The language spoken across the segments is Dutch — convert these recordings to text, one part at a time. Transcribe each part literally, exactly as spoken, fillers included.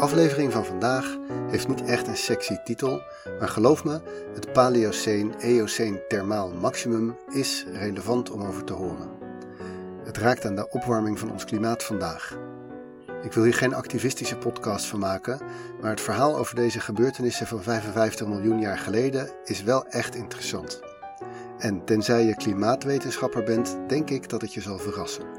aflevering van vandaag heeft niet echt een sexy titel, maar geloof me, het Paleoceen-Eoceen thermaal maximum is relevant om over te horen. Het raakt aan de opwarming van ons klimaat vandaag. Ik wil hier geen activistische podcast van maken, maar het verhaal over deze gebeurtenissen van vijfenvijftig miljoen jaar geleden is wel echt interessant. En tenzij je klimaatwetenschapper bent, denk ik dat het je zal verrassen.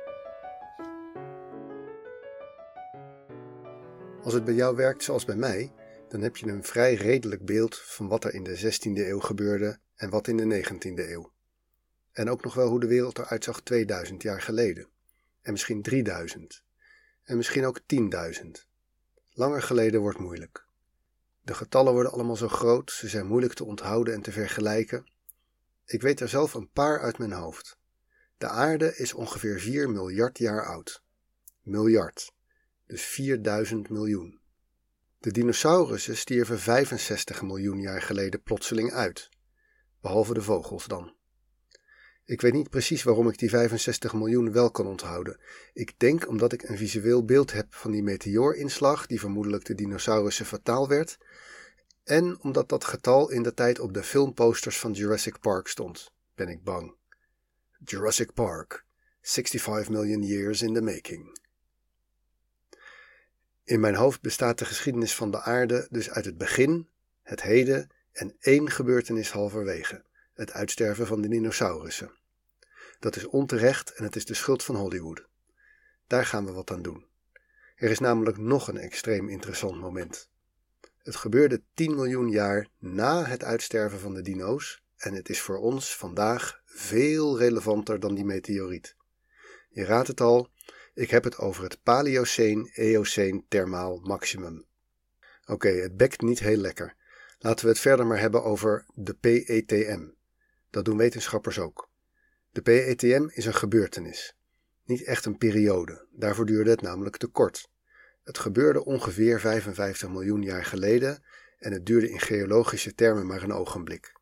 Als het bij jou werkt zoals bij mij, dan heb je een vrij redelijk beeld van wat er in de zestiende eeuw gebeurde en wat in de negentiende eeuw. En ook nog wel hoe de wereld eruit zag tweeduizend jaar geleden. En misschien drieduizend. En misschien ook tienduizend. Langer geleden wordt moeilijk. De getallen worden allemaal zo groot, ze zijn moeilijk te onthouden en te vergelijken. Ik weet er zelf een paar uit mijn hoofd. De aarde is ongeveer vier miljard jaar oud. Miljard. Dus vierduizend miljoen. De dinosaurussen stierven vijfenzestig miljoen jaar geleden plotseling uit. Behalve de vogels dan. Ik weet niet precies waarom ik die vijfenzestig miljoen wel kan onthouden. Ik denk omdat ik een visueel beeld heb van die meteoorinslag die vermoedelijk de dinosaurussen fataal werd. En omdat dat getal in de tijd op de filmposters van Jurassic Park stond, ben ik bang. Jurassic Park, vijfenzestig million years in the making. In mijn hoofd bestaat de geschiedenis van de aarde dus uit het begin, het heden en één gebeurtenis halverwege, het uitsterven van de dinosaurussen. Dat is onterecht en het is de schuld van Hollywood. Daar gaan we wat aan doen. Er is namelijk nog een extreem interessant moment. Het gebeurde tien miljoen jaar na het uitsterven van de dino's en het is voor ons vandaag veel relevanter dan die meteoriet. Je raadt het al, ik heb het over het Paleoceen-Eoceen thermaal maximum. Oké, okay, het bekt niet heel lekker. Laten we het verder maar hebben over de P E T M. Dat doen wetenschappers ook. De P E T M is een gebeurtenis. Niet echt een periode, daarvoor duurde het namelijk te kort. Het gebeurde ongeveer vijfenvijftig miljoen jaar geleden en het duurde in geologische termen maar een ogenblik.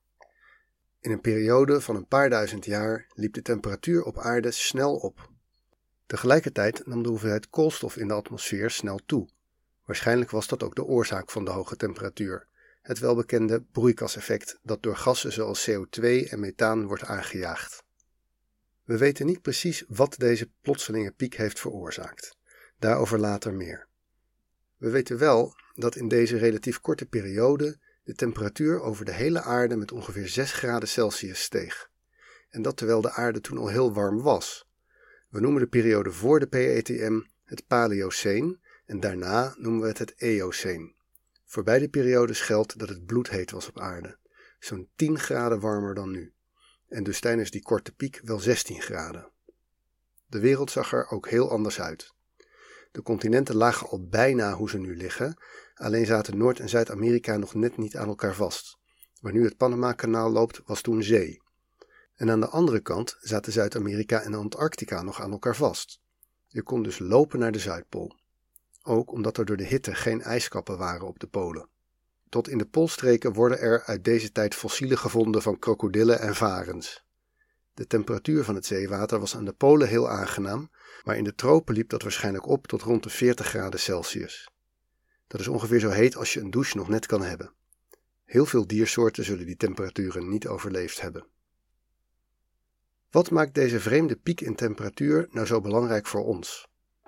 In een periode van een paar duizend jaar liep de temperatuur op aarde snel op. Tegelijkertijd nam de hoeveelheid koolstof in de atmosfeer snel toe. Waarschijnlijk was dat ook de oorzaak van de hoge temperatuur. Het welbekende broeikaseffect dat door gassen zoals C O twee en methaan wordt aangejaagd. We weten niet precies wat deze plotselinge piek heeft veroorzaakt. Daarover later meer. We weten wel dat in deze relatief korte periode de temperatuur over de hele aarde met ongeveer zes graden Celsius steeg. En dat terwijl de aarde toen al heel warm was. We noemen de periode voor de P E T M het Paleoceen en daarna noemen we het het Eoceen. Voor beide periodes geldt dat het bloedheet was op aarde, zo'n tien graden warmer dan nu. En dus tijdens die korte piek wel zestien graden. De wereld zag er ook heel anders uit. De continenten lagen al bijna hoe ze nu liggen, alleen zaten Noord- en Zuid-Amerika nog net niet aan elkaar vast. Waar nu het Panama-kanaal loopt, was toen zee. En aan de andere kant zaten Zuid-Amerika en Antarctica nog aan elkaar vast. Je kon dus lopen naar de Zuidpool. Ook omdat er door de hitte geen ijskappen waren op de polen. Tot in de poolstreken worden er uit deze tijd fossielen gevonden van krokodillen en varens. De temperatuur van het zeewater was aan de polen heel aangenaam, maar in de tropen liep dat waarschijnlijk op tot rond de veertig graden Celsius. Dat is ongeveer zo heet als je een douche nog net kan hebben. Heel veel diersoorten zullen die temperaturen niet overleefd hebben. Wat maakt deze vreemde piek in temperatuur nou zo belangrijk voor ons?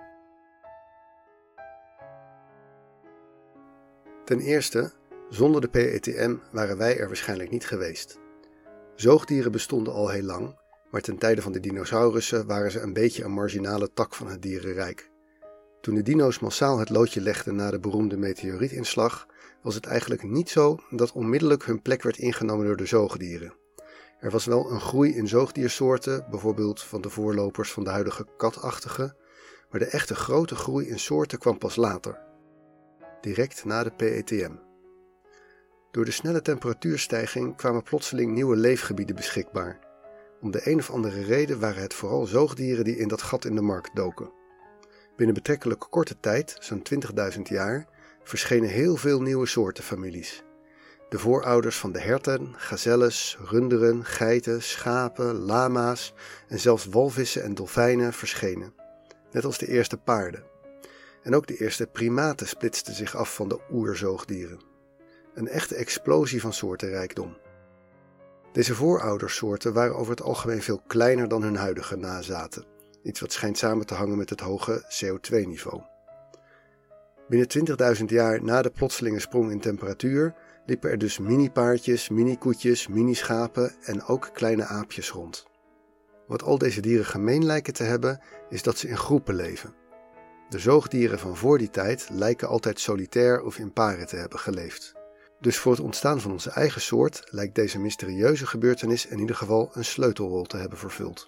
Ten eerste, zonder de P E T M waren wij er waarschijnlijk niet geweest. Zoogdieren bestonden al heel lang, maar ten tijde van de dinosaurussen waren ze een beetje een marginale tak van het dierenrijk. Toen de dino's massaal het loodje legden na de beroemde meteorietinslag, was het eigenlijk niet zo dat onmiddellijk hun plek werd ingenomen door de zoogdieren. Er was wel een groei in zoogdiersoorten, bijvoorbeeld van de voorlopers van de huidige katachtige, maar de echte grote groei in soorten kwam pas later, direct na de P E T M. Door de snelle temperatuurstijging kwamen plotseling nieuwe leefgebieden beschikbaar. Om de een of andere reden waren het vooral zoogdieren die in dat gat in de markt doken. Binnen betrekkelijk korte tijd, zo'n twintigduizend jaar, verschenen heel veel nieuwe soortenfamilies. De voorouders van de herten, gazelles, runderen, geiten, schapen, lama's en zelfs walvissen en dolfijnen verschenen, net als de eerste paarden. En ook de eerste primaten splitsten zich af van de oerzoogdieren. Een echte explosie van soortenrijkdom. Deze vooroudersoorten waren over het algemeen veel kleiner dan hun huidige nazaten, iets wat schijnt samen te hangen met het hoge C O twee niveau. Binnen twintigduizend jaar na de plotselinge sprong in temperatuur liepen er dus mini-paardjes, mini-koetjes, mini-schapen en ook kleine aapjes rond. Wat al deze dieren gemeen lijken te hebben, is dat ze in groepen leven. De zoogdieren van voor die tijd lijken altijd solitair of in paren te hebben geleefd. Dus voor het ontstaan van onze eigen soort lijkt deze mysterieuze gebeurtenis in ieder geval een sleutelrol te hebben vervuld.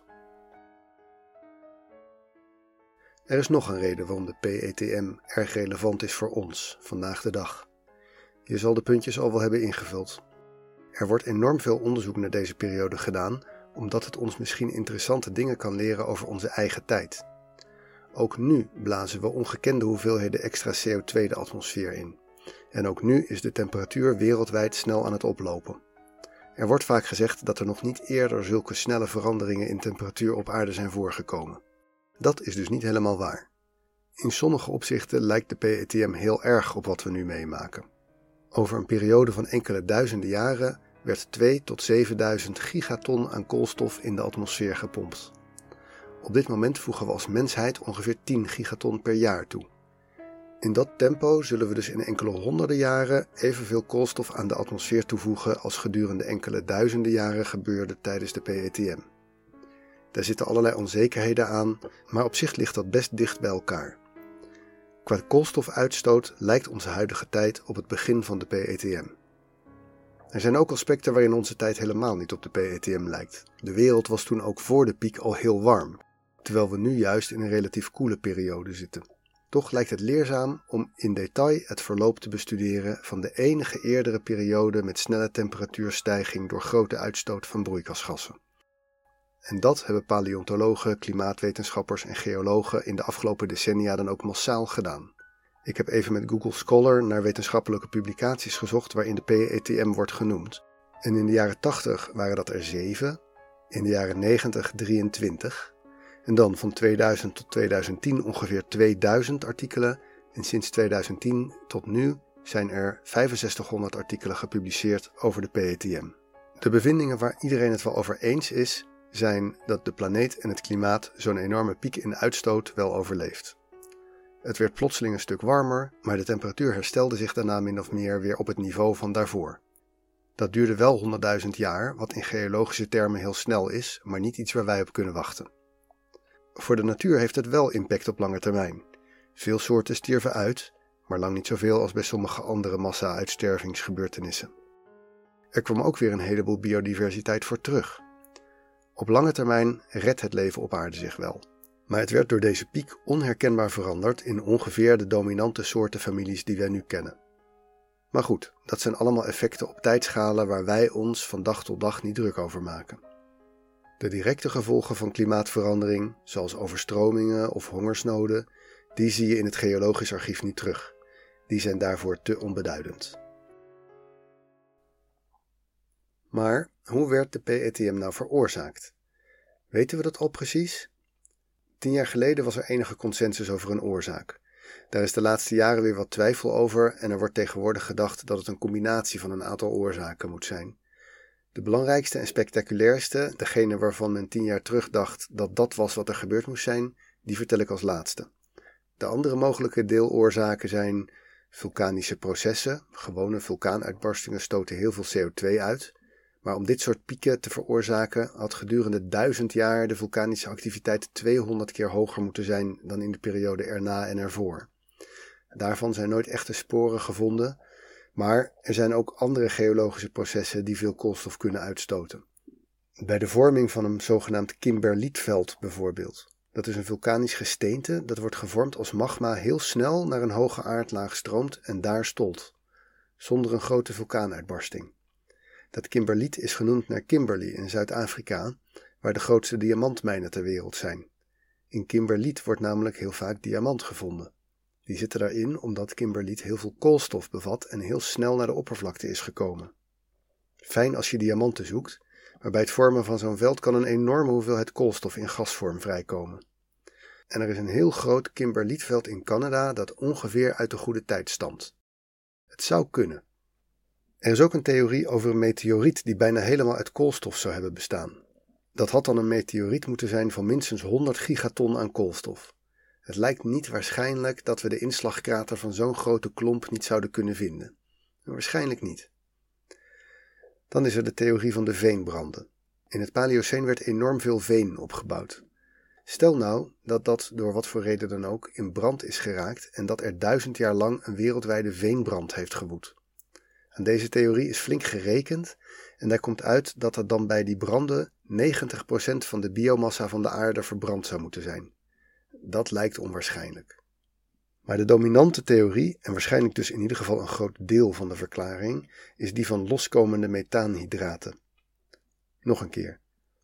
Er is nog een reden waarom de P E T M erg relevant is voor ons, vandaag de dag. Je zal de puntjes al wel hebben ingevuld. Er wordt enorm veel onderzoek naar deze periode gedaan, omdat het ons misschien interessante dingen kan leren over onze eigen tijd. Ook nu blazen we ongekende hoeveelheden extra C O twee de atmosfeer in. En ook nu is de temperatuur wereldwijd snel aan het oplopen. Er wordt vaak gezegd dat er nog niet eerder zulke snelle veranderingen in temperatuur op aarde zijn voorgekomen. Dat is dus niet helemaal waar. In sommige opzichten lijkt de P E T M heel erg op wat we nu meemaken. Over een periode van enkele duizenden jaren werd twee tot zevenduizend gigaton aan koolstof in de atmosfeer gepompt. Op dit moment voegen we als mensheid ongeveer tien gigaton per jaar toe. In dat tempo zullen we dus in enkele honderden jaren evenveel koolstof aan de atmosfeer toevoegen als gedurende enkele duizenden jaren gebeurde tijdens de P E T M. Daar zitten allerlei onzekerheden aan, maar op zich ligt dat best dicht bij elkaar. Qua koolstofuitstoot lijkt onze huidige tijd op het begin van de P E T M. Er zijn ook aspecten waarin onze tijd helemaal niet op de P E T M lijkt. De wereld was toen ook voor de piek al heel warm, terwijl we nu juist in een relatief koele periode zitten. Toch lijkt het leerzaam om in detail het verloop te bestuderen van de enige eerdere periode met snelle temperatuurstijging door grote uitstoot van broeikasgassen. En dat hebben paleontologen, klimaatwetenschappers en geologen in de afgelopen decennia dan ook massaal gedaan. Ik heb even met Google Scholar naar wetenschappelijke publicaties gezocht waarin de P E T M wordt genoemd. En in de jaren tachtig waren dat er zeven, in de jaren negentig drieëntwintig... En dan van tweeduizend tot tweeduizend tien ongeveer tweeduizend artikelen en sinds tweeduizend tien tot nu zijn er vijfenzestighonderd artikelen gepubliceerd over de P E T M. De bevindingen waar iedereen het wel over eens is, zijn dat de planeet en het klimaat zo'n enorme piek in uitstoot wel overleeft. Het werd plotseling een stuk warmer, maar de temperatuur herstelde zich daarna min of meer weer op het niveau van daarvoor. Dat duurde wel honderdduizend jaar, wat in geologische termen heel snel is, maar niet iets waar wij op kunnen wachten. Voor de natuur heeft het wel impact op lange termijn. Veel soorten stierven uit, maar lang niet zoveel als bij sommige andere massa-uitstervingsgebeurtenissen. Er kwam ook weer een heleboel biodiversiteit voor terug. Op lange termijn redt het leven op aarde zich wel. Maar het werd door deze piek onherkenbaar veranderd in ongeveer de dominante soortenfamilies die wij nu kennen. Maar goed, dat zijn allemaal effecten op tijdschalen waar wij ons van dag tot dag niet druk over maken. De directe gevolgen van klimaatverandering, zoals overstromingen of hongersnoden, die zie je in het geologisch archief niet terug. Die zijn daarvoor te onbeduidend. Maar hoe werd de P E T M nou veroorzaakt? Weten we dat al precies? Tien jaar geleden was er enige consensus over een oorzaak. Daar is de laatste jaren weer wat twijfel over en er wordt tegenwoordig gedacht dat het een combinatie van een aantal oorzaken moet zijn. De belangrijkste en spectaculairste, degene waarvan men tien jaar terug dacht dat dat was wat er gebeurd moest zijn, die vertel ik als laatste. De andere mogelijke deeloorzaken zijn vulkanische processen. Gewone vulkaanuitbarstingen stoten heel veel C O twee uit. Maar om dit soort pieken te veroorzaken had gedurende duizend jaar de vulkanische activiteit tweehonderd keer hoger moeten zijn dan in de periode erna en ervoor. Daarvan zijn nooit echte sporen gevonden, maar er zijn ook andere geologische processen die veel koolstof kunnen uitstoten. Bij de vorming van een zogenaamd kimberlietveld bijvoorbeeld. Dat is een vulkanisch gesteente dat wordt gevormd als magma heel snel naar een hoge aardlaag stroomt en daar stolt, zonder een grote vulkaanuitbarsting. Dat kimberliet is genoemd naar Kimberley in Zuid-Afrika, waar de grootste diamantmijnen ter wereld zijn. In kimberliet wordt namelijk heel vaak diamant gevonden. Die zitten daarin omdat kimberliet heel veel koolstof bevat en heel snel naar de oppervlakte is gekomen. Fijn als je diamanten zoekt, maar bij het vormen van zo'n veld kan een enorme hoeveelheid koolstof in gasvorm vrijkomen. En er is een heel groot kimberlietveld in Canada dat ongeveer uit de goede tijd stamt. Het zou kunnen. Er is ook een theorie over een meteoriet die bijna helemaal uit koolstof zou hebben bestaan. Dat had dan een meteoriet moeten zijn van minstens honderd gigaton aan koolstof. Het lijkt niet waarschijnlijk dat we de inslagkrater van zo'n grote klomp niet zouden kunnen vinden. Waarschijnlijk niet. Dan is er de theorie van de veenbranden. In het Paleoceen werd enorm veel veen opgebouwd. Stel nou dat dat door wat voor reden dan ook in brand is geraakt en dat er duizend jaar lang een wereldwijde veenbrand heeft gewoed. Aan deze theorie is flink gerekend en daar komt uit dat er dan bij die branden negentig procent van de biomassa van de aarde verbrand zou moeten zijn. Dat lijkt onwaarschijnlijk. Maar de dominante theorie, en waarschijnlijk dus in ieder geval een groot deel van de verklaring, is die van loskomende methaanhydraten. Nog een keer.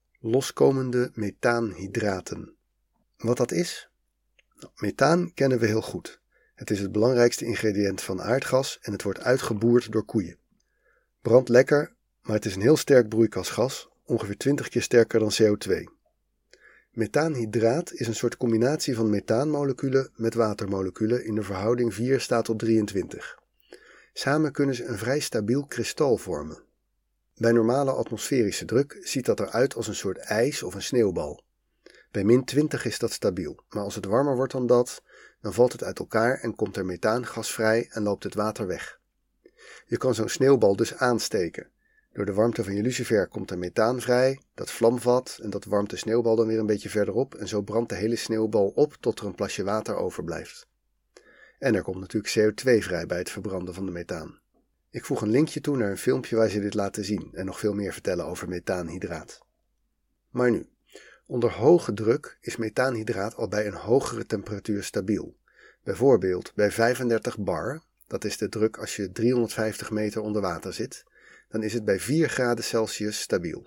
Loskomende methaanhydraten. Wat dat is? Nou, methaan kennen we heel goed. Het is het belangrijkste ingrediënt van aardgas en het wordt uitgeboord door koeien. Brandt lekker, maar het is een heel sterk broeikasgas, ongeveer twintig keer sterker dan C O twee. Methaanhydraat is een soort combinatie van methaanmoleculen met watermoleculen in de verhouding vier staat tot drieëntwintig. Samen kunnen ze een vrij stabiel kristal vormen. Bij normale atmosferische druk ziet dat eruit als een soort ijs of een sneeuwbal. Bij min twintig is dat stabiel, maar als het warmer wordt dan dat, dan valt het uit elkaar en komt er methaangas vrij en loopt het water weg. Je kan zo'n sneeuwbal dus aansteken. Door de warmte van je lucifer komt er methaan vrij, dat vlamvat en dat warmt de sneeuwbal dan weer een beetje verderop en zo brandt de hele sneeuwbal op tot er een plasje water overblijft. En er komt natuurlijk C O twee vrij bij het verbranden van de methaan. Ik voeg een linkje toe naar een filmpje waar ze dit laten zien en nog veel meer vertellen over methaanhydraat. Maar nu, onder hoge druk is methaanhydraat al bij een hogere temperatuur stabiel. Bijvoorbeeld bij vijfendertig bar, dat is de druk als je driehonderdvijftig meter onder water zit, dan is het bij vier graden Celsius stabiel.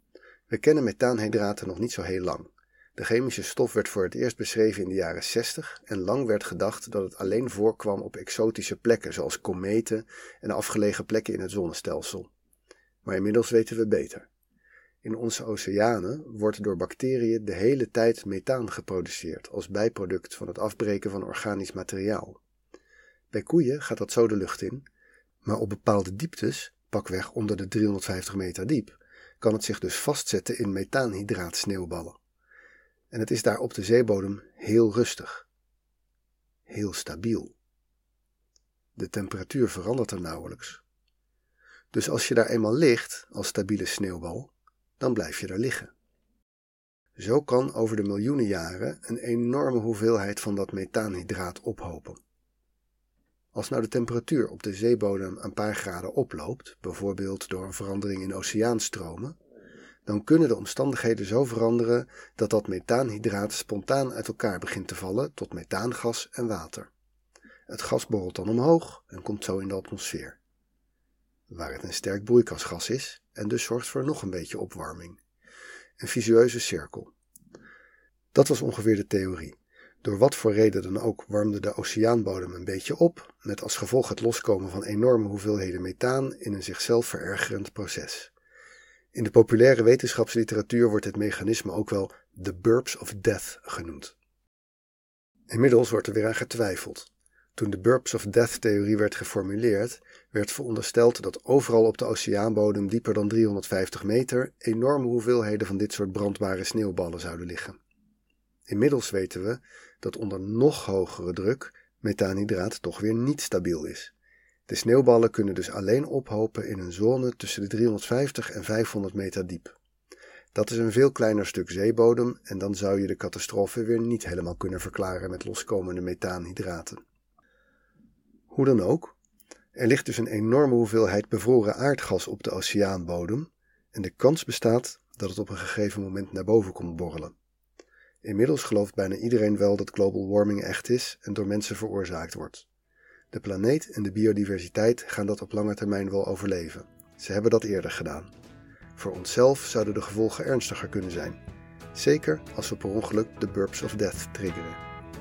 We kennen methaanhydraten nog niet zo heel lang. De chemische stof werd voor het eerst beschreven in de jaren zestig en lang werd gedacht dat het alleen voorkwam op exotische plekken zoals kometen en afgelegen plekken in het zonnestelsel. Maar inmiddels weten we beter. In onze oceanen wordt door bacteriën de hele tijd methaan geproduceerd als bijproduct van het afbreken van organisch materiaal. Bij koeien gaat dat zo de lucht in, maar op bepaalde dieptes, pakweg onder de driehonderdvijftig meter diep, kan het zich dus vastzetten in methaanhydraat-sneeuwballen. En het is daar op de zeebodem heel rustig. Heel stabiel. De temperatuur verandert er nauwelijks. Dus als je daar eenmaal ligt, als stabiele sneeuwbal, dan blijf je daar liggen. Zo kan over de miljoenen jaren een enorme hoeveelheid van dat methaanhydraat ophopen. Als nou de temperatuur op de zeebodem een paar graden oploopt, bijvoorbeeld door een verandering in oceaanstromen, dan kunnen de omstandigheden zo veranderen dat dat methaanhydraat spontaan uit elkaar begint te vallen tot methaangas en water. Het gas borrelt dan omhoog en komt zo in de atmosfeer, waar het een sterk broeikasgas is en dus zorgt voor nog een beetje opwarming. Een vicieuze cirkel. Dat was ongeveer de theorie. Door wat voor reden dan ook warmde de oceaanbodem een beetje op, met als gevolg het loskomen van enorme hoeveelheden methaan in een zichzelf verergerend proces. In de populaire wetenschapsliteratuur wordt dit mechanisme ook wel the burps of death genoemd. Inmiddels wordt er weer aan getwijfeld. Toen de burps of death theorie werd geformuleerd, werd verondersteld dat overal op de oceaanbodem dieper dan driehonderdvijftig meter enorme hoeveelheden van dit soort brandbare sneeuwballen zouden liggen. Inmiddels weten we dat onder nog hogere druk methaanhydraat toch weer niet stabiel is. De sneeuwballen kunnen dus alleen ophopen in een zone tussen de driehonderdvijftig en vijfhonderd meter diep. Dat is een veel kleiner stuk zeebodem en dan zou je de catastrofe weer niet helemaal kunnen verklaren met loskomende methaanhydraten. Hoe dan ook, er ligt dus een enorme hoeveelheid bevroren aardgas op de oceaanbodem en de kans bestaat dat het op een gegeven moment naar boven komt borrelen. Inmiddels gelooft bijna iedereen wel dat global warming echt is en door mensen veroorzaakt wordt. De planeet en de biodiversiteit gaan dat op lange termijn wel overleven. Ze hebben dat eerder gedaan. Voor onszelf zouden de gevolgen ernstiger kunnen zijn. Zeker als we per ongeluk de burps of death triggeren.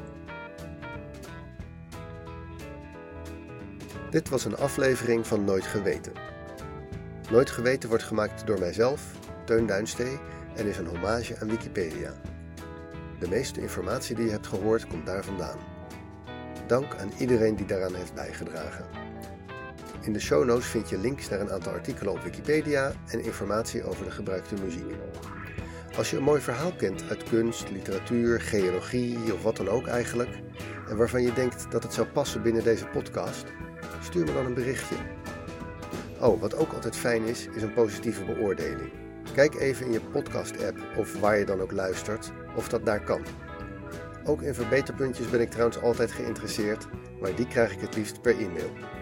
Dit was een aflevering van Nooit Geweten. Nooit Geweten wordt gemaakt door mijzelf, Teun Duinstee, en is een hommage aan Wikipedia. De meeste informatie die je hebt gehoord komt daar vandaan. Dank aan iedereen die daaraan heeft bijgedragen. In de show notes vind je links naar een aantal artikelen op Wikipedia en informatie over de gebruikte muziek. Als je een mooi verhaal kent uit kunst, literatuur, geologie of wat dan ook eigenlijk, en waarvan je denkt dat het zou passen binnen deze podcast, stuur me dan een berichtje. Oh, wat ook altijd fijn is, is een positieve beoordeling. Kijk even in je podcast-app of waar je dan ook luistert, of dat daar kan. Ook in verbeterpuntjes ben ik trouwens altijd geïnteresseerd, maar die krijg ik het liefst per e-mail.